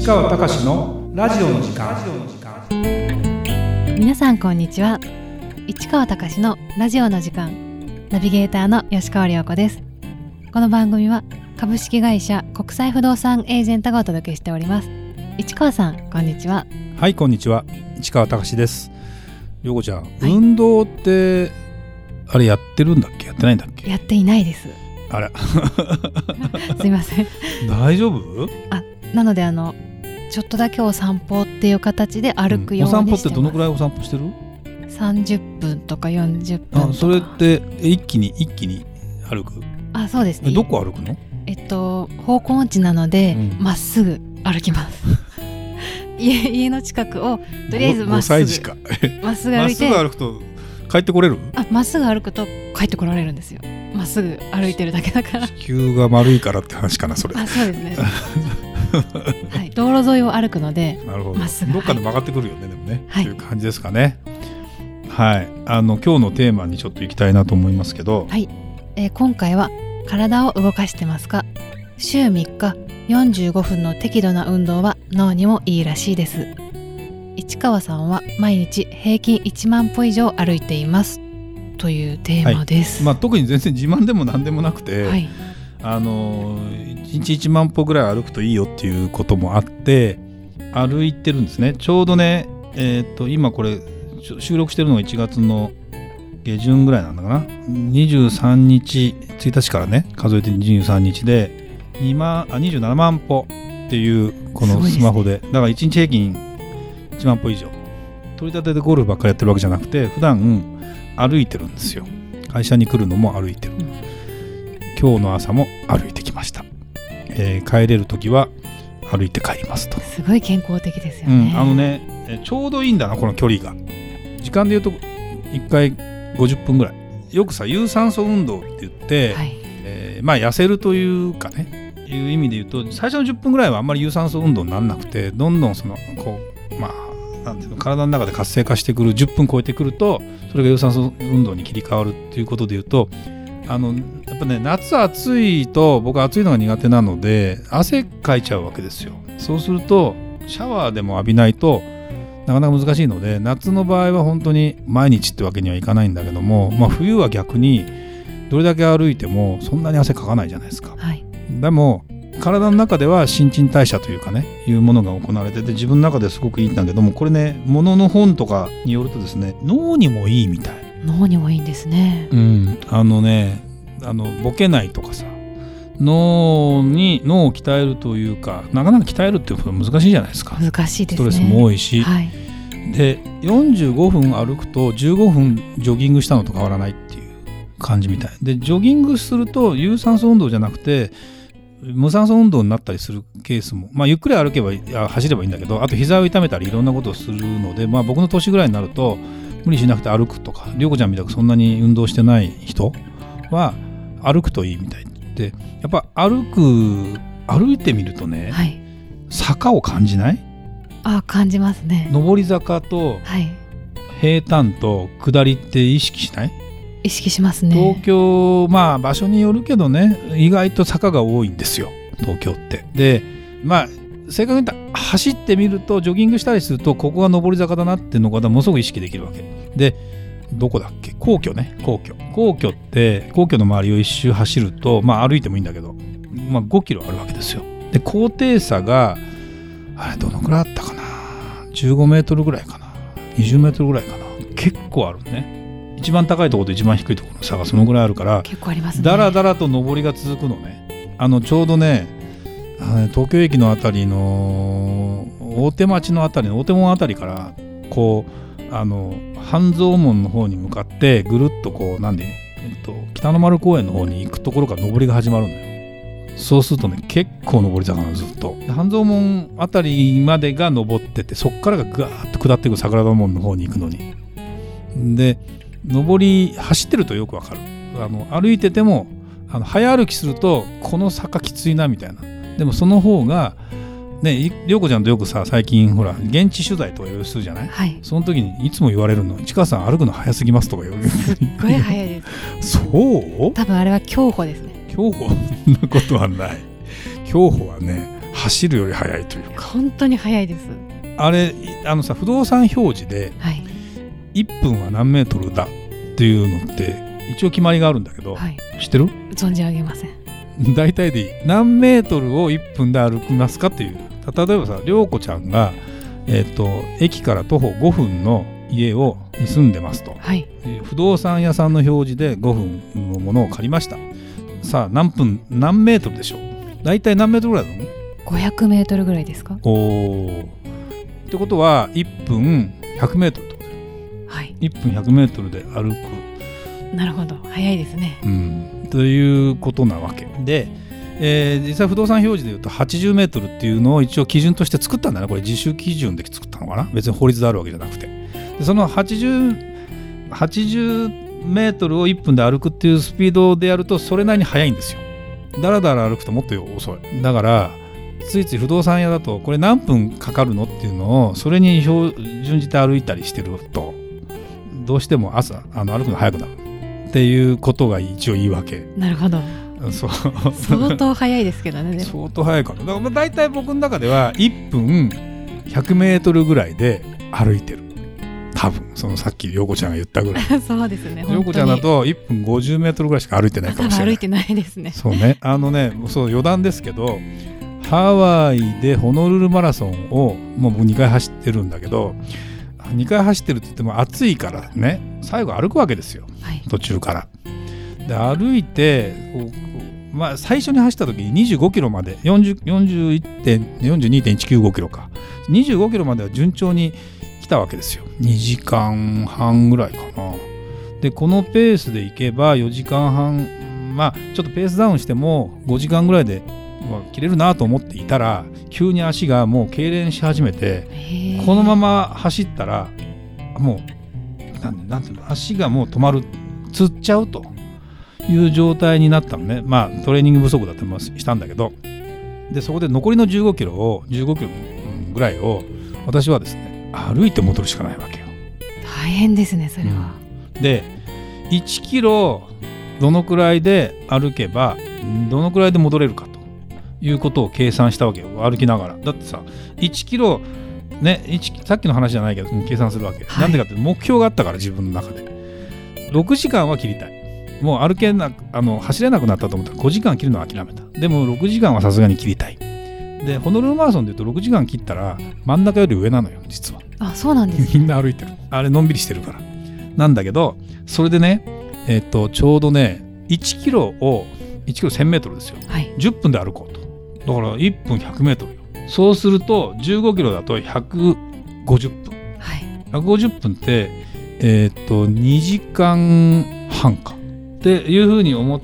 川隆のラジオの時間。 皆さんこんにちは。市川隆のラジオの時間、ナビゲーターの吉川亮子です。この番組は株式会社国際不動産エージェントがお届けしております。市川さんこんにちは。 はい、こんにちは。市川隆です。陽子ちゃん、運動ってあれやってるんだっけ、やってないんだっけ？ やっていないです。 あらすいません。 大丈夫？ なのでちょっとだけお散歩っていう形で歩くようにしてます。お散歩ってどのくらいお散歩してる ？30分とか40分とか。 それって一気に歩く？ そうですね。 どこ歩くの？ 方向音痴なのでま、っすぐ歩きます家の近くをとりあえずまっすぐ 5歳児かまっすぐ歩いて、 まっすぐ歩くと帰ってこれる？まっすぐ歩くと帰ってこられるんですよ。まっすぐ歩いてるだけだから。 地球が丸いからって話かな、それ。 そうですねはい、道路沿いを歩くので。 なるほど。 まっすぐどっかで曲がってくるよね、でもね、 はい、 という感じですかね。はい、今日のテーマにちょっと行きたいなと思いますけど、 はい、今回は体を動かしてますか？週3日45分の適度な運動は脳にもいいらしいです。市川さんは毎日平均1万歩以上歩いていますというテーマです。 特に全然自慢でも何でもなくて、 はい、 1日1万歩ぐらい歩くといいよっていうこともあって歩いてるんですね。ちょうどね、今これ収録してるのが1月の下旬ぐらいなんだかな。23日1日からね数えて23日で27万歩っていうこのスマホ で、だから1日平均1万歩以上。取り立てでゴルフばっかりやってるわけじゃなくて普段歩いてるんですよ。会社に来るのも歩いてる、今日の朝も歩いてきました。帰れる時は歩いて帰りますと。 すごい健康的ですよね。 ちょうどいいんだなこの距離が。時間で言うと1回50分ぐらい。よくさ有酸素運動って言って、はい、痩せるというかねいう意味で言うと最初の10分ぐらいはあんまり有酸素運動にならなくてどんどんなんていうの体の中で活性化してくる10分超えてくるとそれが有酸素運動に切り替わるっていうことで言うとやっぱね夏暑いと僕は暑いのが苦手なので汗かいちゃうわけですよ。そうするとシャワーでも浴びないとなかなか難しいので夏の場合は本当に毎日ってわけにはいかないんだけども、冬は逆にどれだけ歩いてもそんなに汗かかないじゃないですか、はい、でも体の中では新陳代謝というかねいうものが行われてて自分の中ですごくいいんだけどもこれね物の本とかによるとですね脳にもいいみたい。 脳にもいいんですね。 ボケないとかさ脳を鍛えるというかなかなか鍛えるっていうことは難しいじゃないですか。 難しいですね。 ストレスも多いし、 はい、 で45分歩くと15分ジョギングしたのと変わらないっていう感じみたいでジョギングすると有酸素運動じゃなくて無酸素運動になったりするケースも、ゆっくり歩けば走ればいいんだけどあと膝を痛めたりいろんなことをするので、僕の年ぐらいになると無理しなくて歩くとか涼子ちゃんみたくそんなに運動してない人は歩くといいみたいでやっぱ歩いてみるとね、はい、坂を感じない？ 感じますね。 上り坂と平坦と下りって意識しない？ 意識しますね。 東京場所によるけどね意外と坂が多いんですよ東京って。で正確に言ったら走ってみるとジョギングしたりするとここが上り坂だなっていうのがものすごく意識できるわけでどこだっけ皇居ね皇居って皇居の周りを一周走ると歩いてもいいんだけど5キロあるわけですよ。で高低差があれどのくらいあったかな15メートルぐらいかな20メートルぐらいかな結構あるね。一番高いところと一番低いところの差がそのぐらいあるから結構ありますね。 だらだらと上りが続くのね。ちょうどね東京駅のあたりの大手町のあたりの大手門あたりから半蔵門の方に向かってぐるっと北の丸公園の方に行くところから上りが始まるのよ。そうするとね結構上り坂なのずっと。半蔵門あたりまでが上っててそっからがガーッと下っていく桜田門の方に行くのにで上り走ってるとよくわかる。歩いてても早歩きするとこの坂きついなみたいな。でもその方がね涼子ちゃんとよくさ最近ほら現地取材とかいろいろするじゃない、はい、その時にいつも言われるの市川さん歩くの早すぎますとか言われる。 すっごい早いですそう多分あれは競歩ですね。 競歩そんなことはない。競歩はね走るより速いというか、 本当に速いです。 あれさ不動産表示で1分は何メートルだっていうのって一応決まりがあるんだけど、知ってる？ 存じ上げません。 大体でいい。何メートルを1分で歩きますかっていう。例えばさ、涼子ちゃんが、駅から徒歩5分の家に住んでますと、不動産屋さんの表示で5分のものを借りました。さあ何メートルでしょう？大体何メートルぐらいだの ？500メートルぐらいですか？ ってことは1分100メートルってことだよ。1分100メートルで歩く。 なるほど、早いですね。 ということなわけで、実際不動産表示でいうと80メートルっていうのを一応基準として作ったんだね。これ自主基準で作ったのかな。別に法律であるわけじゃなくて、でその80メートルを1分で歩くっていうスピードでやるとそれなりに速いんですよ。だらだら歩くともっと遅い。だからついつい不動産屋だとこれ何分かかるのっていうのをそれに準じて歩いたりしてるとどうしても朝歩くの早くなるっていうことが一応いいわけ。 なるほど。相当早いですけどね。 相当早いからだから大体僕の中では1分100メートルぐらいで歩いてる。多分そのさっき涼子ちゃんが言ったぐらいそうですね。 涼子ちゃんだと1分50メートルぐらいしか歩いてないかもしれない。 歩いてないですね。 そうね。そう余談ですけど、ハワイでホノルルマラソンをもう2回走ってるんだけど、2回走ってるって言っても暑いからね、最後歩くわけですよ、途中から。で歩いて最初に走った時に25キロまで42.195 キロか25キロまでは順調に来たわけですよ。2時間半ぐらいかな。でこのペースでいけば4時間半、ちょっとペースダウンしても5時間ぐらいで切れるなと思っていたら、急に足がもう痙攣し始めて、このまま走ったらもうなんていうの、足がもう止まる、つっちゃうという状態になったのね。トレーニング不足だったりもしたんだけど、でそこで残りの15キロぐらいを私はですね歩いて戻るしかないわけよ。 大変ですねそれは。 で1キロどのくらいで歩けばどのくらいで戻れるかということを計算したわけよ、歩きながら。だってさ1キロね、さっきの話じゃないけど計算するわけ、なんでかって目標があったから。自分の中で6時間は切りたい。もう走れなくなったと思ったら5時間切るのは諦めた。でも6時間はさすがに切りたい。でホノルルマラソンでいうと6時間切ったら真ん中より上なのよ実は。 そうなんです、 みんな歩いてる。あれのんびりしてるからなんだけど、それでねちょうどね1キロ1000メートルですよ、10分で歩こうと。だから1分100メートルよ。そうすると15キロだと150分、150分って2時間半かっていうふうに思って、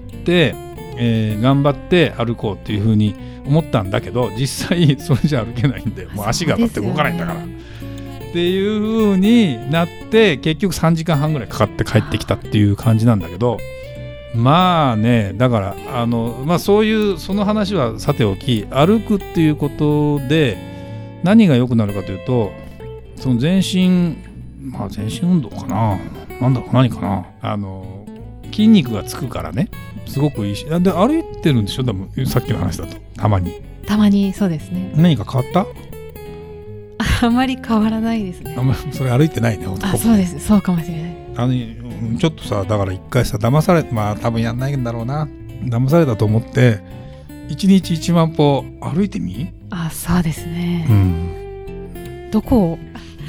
頑張って歩こうっていうふうに思ったんだけど、実際それじゃ歩けないんで、もう足がだって動かないんだから、っていうふうになって結局3時間半ぐらいかかって帰ってきたっていう感じなんだけど、だからそういうその話はさておき、歩くっていうことで何が良くなるかというと、その全身運動かな、何かな、筋肉がつくからね、すごくいいし。で歩いてるんでしょ、多分さっきの話だと。たまにそうですね。何か変わった？ あまり変わらないですね。 それ歩いてないね。 そうです、そうかもしれない。 ちょっとさ、だから一回さ騙されて、多分やんないんだろうな、騙されたと思って1日1万歩歩いてみ。 そうですね、どこを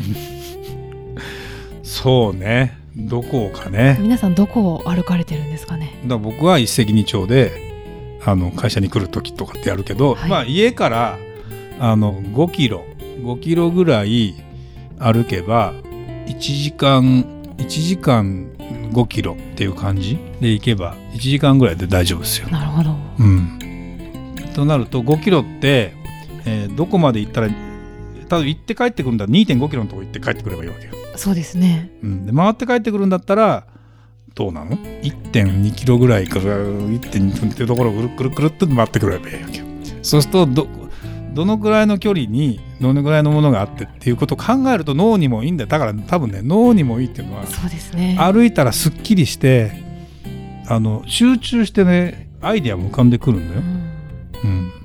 そうね、 どこかね。 皆さんどこを歩かれてるんですかね。 だから僕は一石二鳥で会社に来る時とかってやるけど、家から5キロぐらい歩けば1時間5キロっていう感じで行けば1時間ぐらいで大丈夫ですよ。 なるほど。 となると5キロって、どこまで行ったら、多分行って帰ってくるんだら 2.5 キロのとこ行って帰ってくればいいわけよ。 そうですね、 で回って帰ってくるんだったらどうなの？ 1.2 キロぐらいから 1.2 分っていうところをくるくるっと回ってくればいいわけよ。そうするとどのくらいの距離にどのくらいのものがあってっていうことを考えると脳にもいいんだよ。だから多分ね、脳にもいいっていうのは、 そうですね、 歩いたらすっきりして集中してね、アイデアも浮かんでくるんだよ、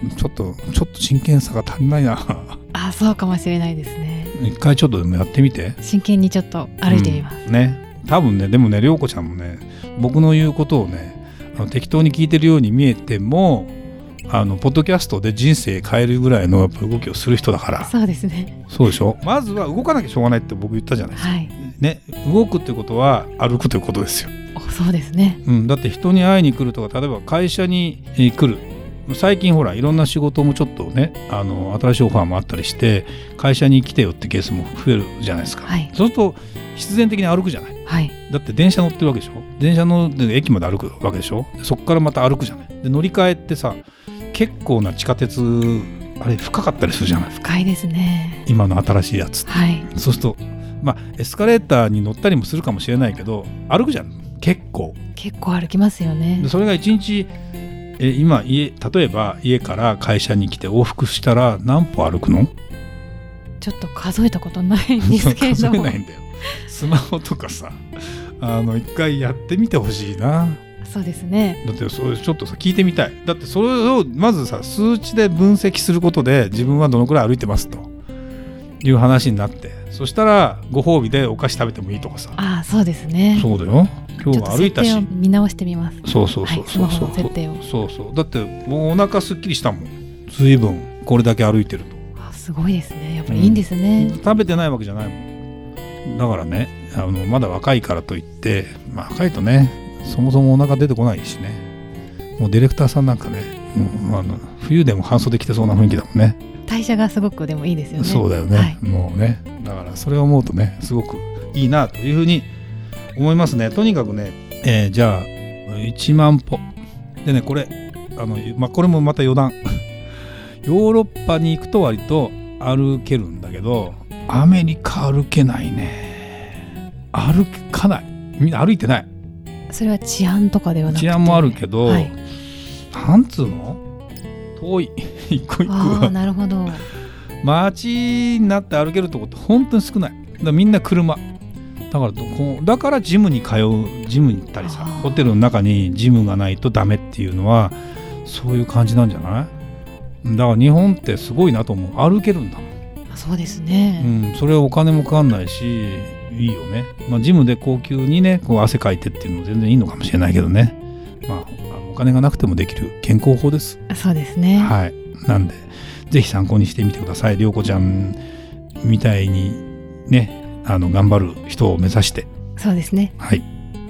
ちょっと真剣さが足りないなあ、そうかもしれないですね。 一回ちょっとでもやってみて。 真剣にちょっと歩いてみます、 ね。多分ね、でもね、涼子ちゃんもね、僕の言うことをね、適当に聞いてるように見えても、ポッドキャストで人生変えるぐらいのやっぱ動きをする人だから。 そうですね。 そうでしょ。まずは動かなきゃしょうがないって僕言ったじゃないですか、 はい、 ね、動くっていうことは歩くということですよ。 そうですね、 だって人に会いに来るとか、例えば会社に来る、最近ほらいろんな仕事もちょっとね、新しいオファーもあったりして会社に来てよってケースも増えるじゃないですか、はい、そうすると必然的に歩くじゃない、はい、だって電車乗ってるわけでしょ。電車の駅まで歩くわけでしょ。そこからまた歩くじゃない。で乗り換えってさ、結構な地下鉄あれ深かったりするじゃない。 深いですね、 今の新しいやつ、はい、そうするとエスカレーターに乗ったりもするかもしれないけど歩くじゃん。結構歩きますよね。 でそれが1日今例えば家から会社に来て往復したら何歩歩くの？ ちょっと数えたことないんですけど数えないんだよ。スマホとかさ一回やってみてほしいな。 そうですね。 だってそれちょっとさ聞いてみたい。だってそれをまずさ数値で分析することで自分はどのくらい歩いてますという話になって、そしたらご褒美でお菓子食べてもいいとかさ。 ああ、そうですね。 そうだよ。今日は歩いたし、 ちょっと設定を見直してみます。 そうそう、 スマホの設定を。 そうだってもうお腹すっきりしたもん。随分これだけ歩いてると。 すごいですね。やっぱりいいんですね、 食べてないわけじゃないもん。だからね、まだ若いからといって、若いとねそもそもお腹出てこないしね。もうディレクターさんなんかね、冬でも半袖着てそうな雰囲気だもんね。 代謝がすごくでもいいですよね。 そうだよね、はい、もうね、だからそれを思うとねすごくいいなというふうに思いますね。とにかくね、じゃあ1万歩でね、これこれもまた余談ヨーロッパに行くと割と歩けるんだけど、アメリカ歩けないね。歩かない。みんな歩いてない。 それは治安とかではなくて。 治安もあるけど、 はい、 なんつうの遠い一個一個が。 あ、なるほど。 街になって歩けるとこって本当に少ない。だからみんな車だからジムに行ったりさ、ホテルの中にジムがないとダメっていうのはそういう感じなんじゃない？だから日本ってすごいなと思う。歩けるんだもん。 そうですね、 それはお金もかかんないしいいよね。ジムで高級にねこう汗かいてっていうのも全然いいのかもしれないけどね、お金がなくてもできる健康法です。 そうですね、 はい。なんでぜひ参考にしてみてください。涼子ちゃんみたいにね頑張る人を目指して。 そうですね。 はい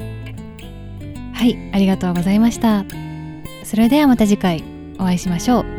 はい、ありがとうございました。それではまた次回お会いしましょう。